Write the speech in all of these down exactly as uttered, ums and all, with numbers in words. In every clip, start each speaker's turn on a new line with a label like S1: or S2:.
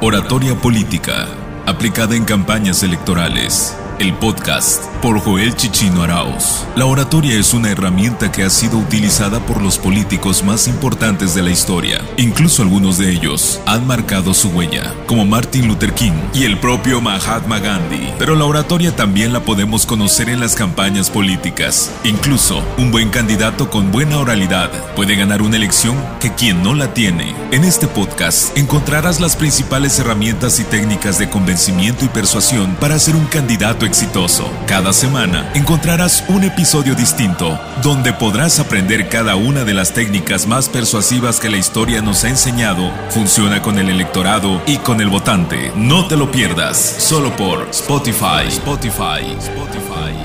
S1: Oratoria política, aplicada en campañas electorales. El podcast por Joel Chichino Arauz. La oratoria es una herramienta que ha sido utilizada por los políticos más importantes de la historia. Incluso algunos de ellos han marcado su huella, como Martin Luther King y el propio Mahatma Gandhi. Pero la oratoria también la podemos conocer en las campañas políticas. Incluso un buen candidato con buena oralidad puede ganar una elección que quien no la tiene. En este podcast encontrarás las principales herramientas y técnicas de convencimiento y persuasión para ser un candidato exitoso. Cada semana encontrarás un episodio distinto, donde podrás aprender cada una de las técnicas más persuasivas que la historia nos ha enseñado. Funciona con el electorado y con el votante. No te lo pierdas, solo por Spotify. Spotify. Spotify.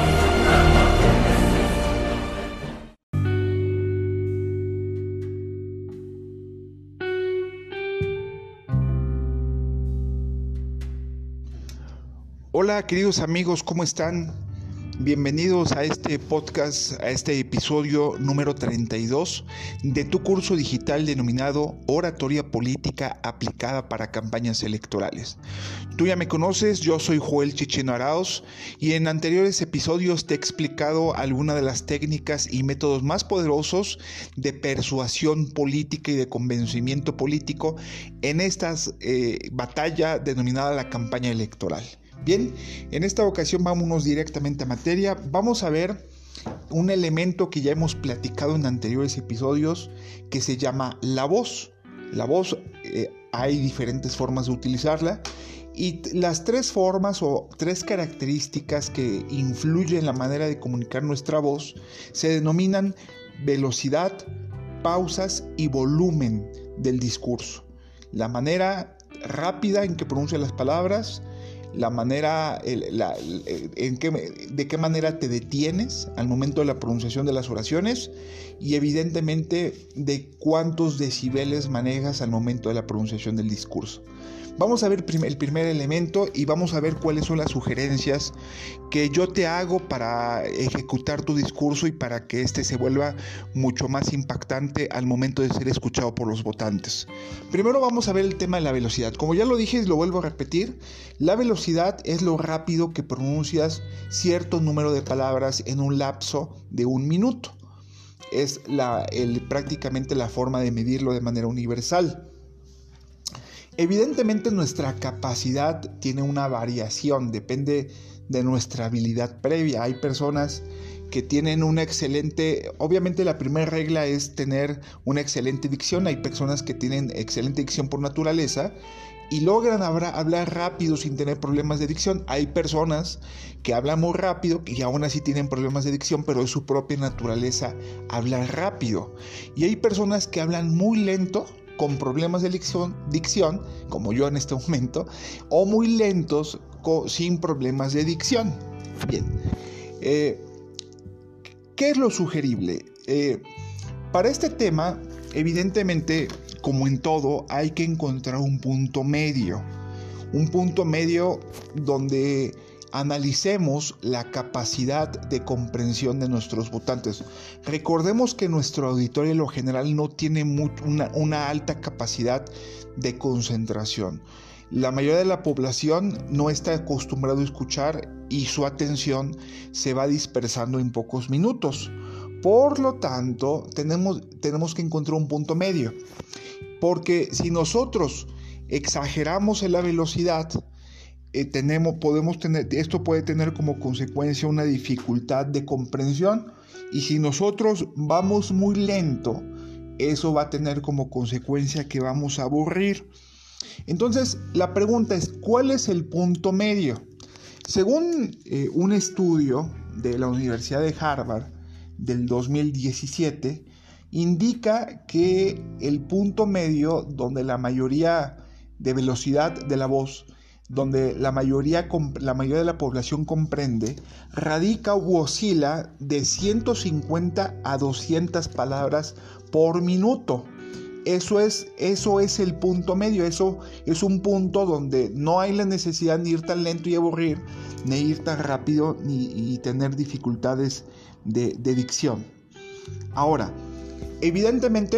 S2: Hola queridos amigos, ¿cómo están? Bienvenidos a este podcast, a este episodio número treinta y dos de tu curso digital denominado Oratoria Política aplicada para campañas electorales. Tú ya me conoces, yo soy Joel Chichino Arauz y en anteriores episodios te he explicado algunas de las técnicas y métodos más poderosos de persuasión política y de convencimiento político en esta eh, batalla denominada la campaña electoral. Bien, en esta ocasión vámonos directamente a materia. Vamos a ver un elemento que ya hemos platicado en anteriores episodios que se llama la voz. La voz, eh, hay diferentes formas de utilizarla y las tres formas o tres características que influyen en la manera de comunicar nuestra voz se denominan velocidad, pausas y volumen del discurso. La manera rápida en que pronuncia las palabras, la manera, el, la, en qué, de qué manera te detienes al momento de la pronunciación de las oraciones y evidentemente de cuántos decibeles manejas al momento de la pronunciación del discurso. Vamos a ver prim- el primer elemento y vamos a ver cuáles son las sugerencias que yo te hago para ejecutar tu discurso y para que éste se vuelva mucho más impactante al momento de ser escuchado por los votantes. Primero vamos a ver el tema de la velocidad. Como ya lo dije y lo vuelvo a repetir, la velocidad es lo rápido que pronuncias cierto número de palabras en un lapso de un minuto. Es la, el, prácticamente la forma de medirlo de manera universal. Evidentemente nuestra capacidad tiene una variación, depende de nuestra habilidad previa. Hay personas que tienen una excelente, obviamente la primera regla es tener una excelente dicción. Hay personas que tienen excelente dicción por naturaleza y logran hablar rápido sin tener problemas de dicción. Hay personas que hablan muy rápido y aún así tienen problemas de dicción, pero es su propia naturaleza hablar rápido. Y hay personas que hablan muy lento con problemas de dicción, dicción, como yo en este momento, o muy lentos co- sin problemas de dicción. Bien, eh, ¿qué es lo sugerible? Eh, para este tema, evidentemente, como en todo, hay que encontrar un punto medio. Un punto medio donde analicemos la capacidad de comprensión de nuestros votantes. Recordemos que nuestro auditorio en lo general no tiene mucho, una, una alta capacidad de concentración. La mayoría de la población no está acostumbrado a escuchar y su atención se va dispersando en pocos minutos. Por lo tanto, tenemos, tenemos que encontrar un punto medio. Porque si nosotros exageramos en la velocidad, Eh, tenemos, podemos tener, esto puede tener como consecuencia una dificultad de comprensión, y si nosotros vamos muy lento, eso va a tener como consecuencia que vamos a aburrir. Entonces, la pregunta es, ¿cuál es el punto medio? Según eh, un estudio de la Universidad de Harvard del dos mil diecisiete, indica que el punto medio donde la mayoría de velocidad de la voz donde la mayoría, la mayoría de la población comprende, radica u oscila de ciento cincuenta a doscientas palabras por minuto. Eso es, eso es el punto medio, eso es un punto donde no hay la necesidad de ir tan lento y aburrir, ni ir tan rápido ni y tener dificultades de, de dicción. Ahora, evidentemente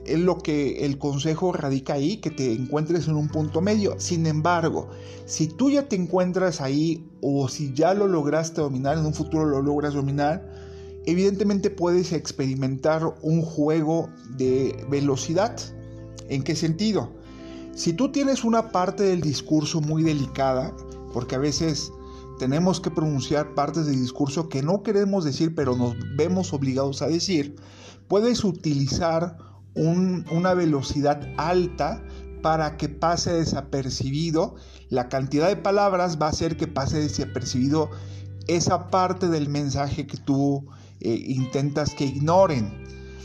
S2: es lo que el consejo radica ahí, que te encuentres en un punto medio. Sin embargo, si tú ya te encuentras ahí o si ya lo lograste dominar, en un futuro lo logras dominar, evidentemente puedes experimentar un juego de velocidad. ¿En qué sentido? Si tú tienes una parte del discurso muy delicada, porque a veces tenemos que pronunciar partes del discurso que no queremos decir, pero nos vemos obligados a decir, puedes utilizar un, una velocidad alta para que pase desapercibido. La cantidad de palabras va a hacer que pase desapercibido esa parte del mensaje que tú eh, intentas que ignoren.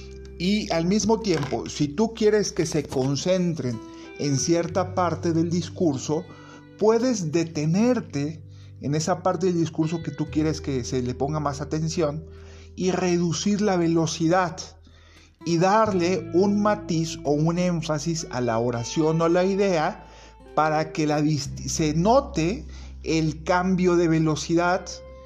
S2: Y al mismo tiempo, si tú quieres que se concentren en cierta parte del discurso, puedes detenerte en esa parte del discurso que tú quieres que se le ponga más atención y reducir la velocidad y darle un matiz o un énfasis a la oración o a la idea para que la dist- se note el cambio de velocidad,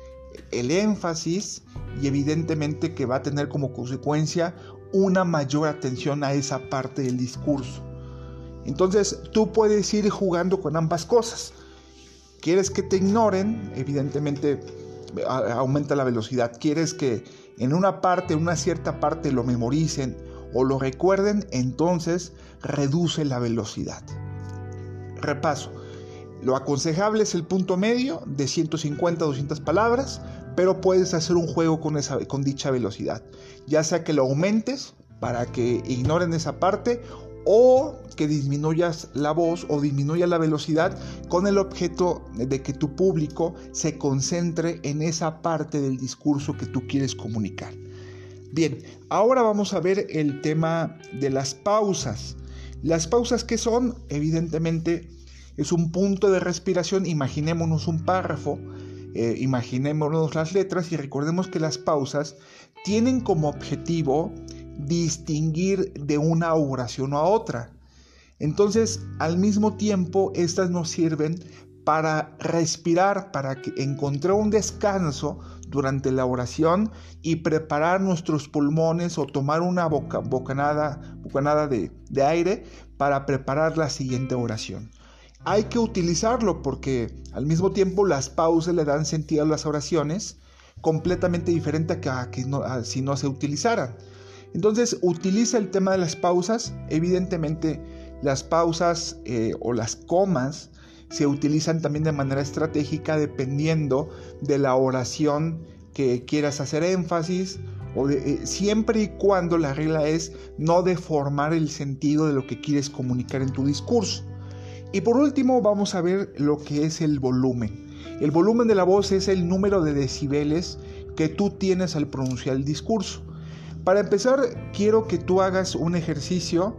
S2: el énfasis, y evidentemente que va a tener como consecuencia una mayor atención a esa parte del discurso. Entonces tú puedes ir jugando con ambas cosas. ¿Quieres que te ignoren? Evidentemente a- aumenta la velocidad. ¿Quieres que en una parte, en una cierta parte lo memoricen o lo recuerden? Entonces reduce la velocidad. Repaso. Lo aconsejable es el punto medio de ciento cincuenta a doscientas palabras, pero puedes hacer un juego con, esa, con dicha velocidad. Ya sea que lo aumentes para que ignoren esa parte, o que disminuyas la voz o disminuya la velocidad con el objeto de que tu público se concentre en esa parte del discurso que tú quieres comunicar. Bien, ahora vamos a ver el tema de las pausas. Las pausas, ¿qué son? Evidentemente es un punto de respiración. Imaginémonos un párrafo, eh, imaginémonos las letras y recordemos que las pausas tienen como objetivo distinguir de una oración a otra. Entonces, al mismo tiempo, estas nos sirven para respirar, para que encontrar un descanso durante la oración y preparar nuestros pulmones o tomar una boca, bocanada, bocanada de, de aire para preparar la siguiente oración. Hay que utilizarlo porque al mismo tiempo las pausas le dan sentido a las oraciones completamente diferente a que, a que no, a, si no se utilizaran. Entonces utiliza el tema de las pausas. Evidentemente las pausas eh, o las comas se utilizan también de manera estratégica dependiendo de la oración que quieras hacer énfasis, o de, eh, siempre y cuando la regla es no deformar el sentido de lo que quieres comunicar en tu discurso. Y por último vamos a ver lo que es el volumen. El volumen de la voz es el número de decibeles que tú tienes al pronunciar el discurso. Para empezar, quiero que tú hagas un ejercicio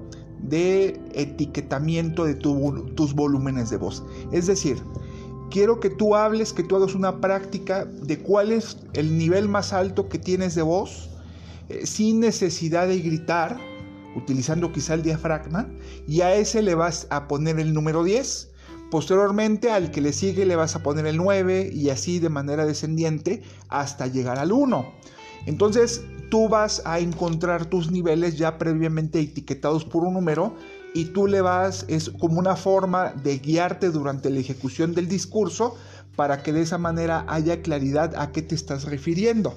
S2: de etiquetamiento de tu, tus volúmenes de voz. Es decir, quiero que tú hables, que tú hagas una práctica de cuál es el nivel más alto que tienes de voz, eh, sin necesidad de gritar, utilizando quizá el diafragma, y a ese le vas a poner el número diez. Posteriormente, al que le sigue le vas a poner el nueve, y así de manera descendiente hasta llegar al uno. Entonces, tú vas a encontrar tus niveles ya previamente etiquetados por un número y tú le vas, es como una forma de guiarte durante la ejecución del discurso para que de esa manera haya claridad a qué te estás refiriendo.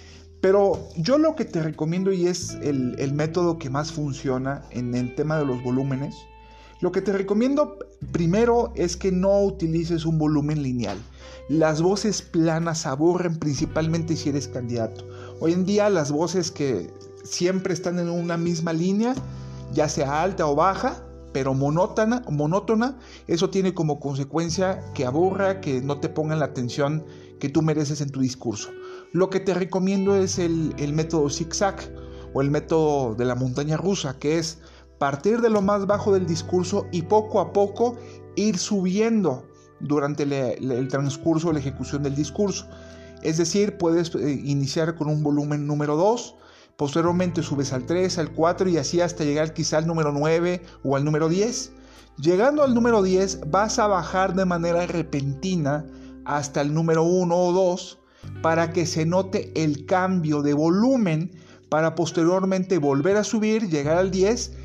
S2: Pero yo lo que te recomiendo, y es el, el método que más funciona en el tema de los volúmenes, lo que te recomiendo primero es que no utilices un volumen lineal. Las voces planas aburren, principalmente si eres candidato. Hoy en día las voces que siempre están en una misma línea, ya sea alta o baja, pero monótona, monótona, eso tiene como consecuencia que aburra, que no te pongan la atención que tú mereces en tu discurso. Lo que te recomiendo es el, el método zigzag o el método de la montaña rusa, que es partir de lo más bajo del discurso y poco a poco ir subiendo durante le, le, el transcurso o la ejecución del discurso. Es decir, puedes eh, iniciar con un volumen número dos, posteriormente subes al tres, al cuatro y así hasta llegar quizá al número nueve o al número diez. Llegando al número diez vas a bajar de manera repentina hasta el número uno o dos para que se note el cambio de volumen, para posteriormente volver a subir, llegar al diez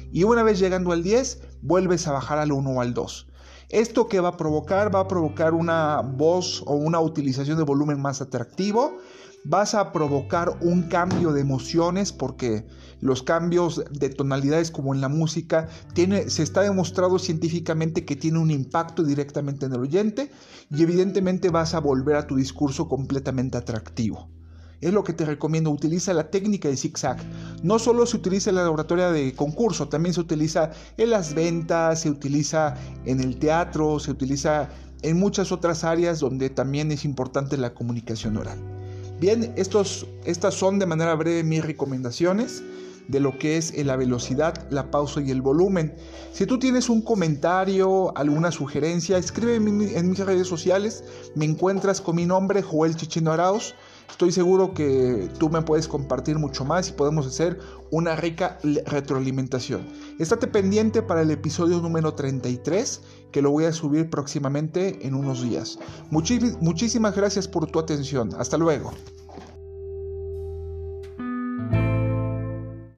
S2: Y una vez llegando al diez, vuelves a bajar al uno o al dos. ¿Esto qué va a provocar? Va a provocar una voz o una utilización de volumen más atractivo. Vas a provocar un cambio de emociones, porque los cambios de tonalidades, como en la música, tiene, se está demostrado científicamente que tiene un impacto directamente en el oyente, y evidentemente vas a volver a tu discurso completamente atractivo. Es lo que te recomiendo. Utiliza la técnica de zigzag. No solo se utiliza en la oratoria de concurso, también se utiliza en las ventas, se utiliza en el teatro, se utiliza en muchas otras áreas donde también es importante la comunicación oral. Bien, estos, estas son de manera breve mis recomendaciones de lo que es la velocidad, la pausa y el volumen. Si tú tienes un comentario, alguna sugerencia, escríbeme en mis redes sociales. Me encuentras con mi nombre, Joel Chichino Arauz. Estoy seguro que tú me puedes compartir mucho más y podemos hacer una rica retroalimentación. Estate pendiente para el episodio número treinta y tres, que lo voy a subir próximamente en unos días. Muchis- muchísimas gracias por tu atención. Hasta luego.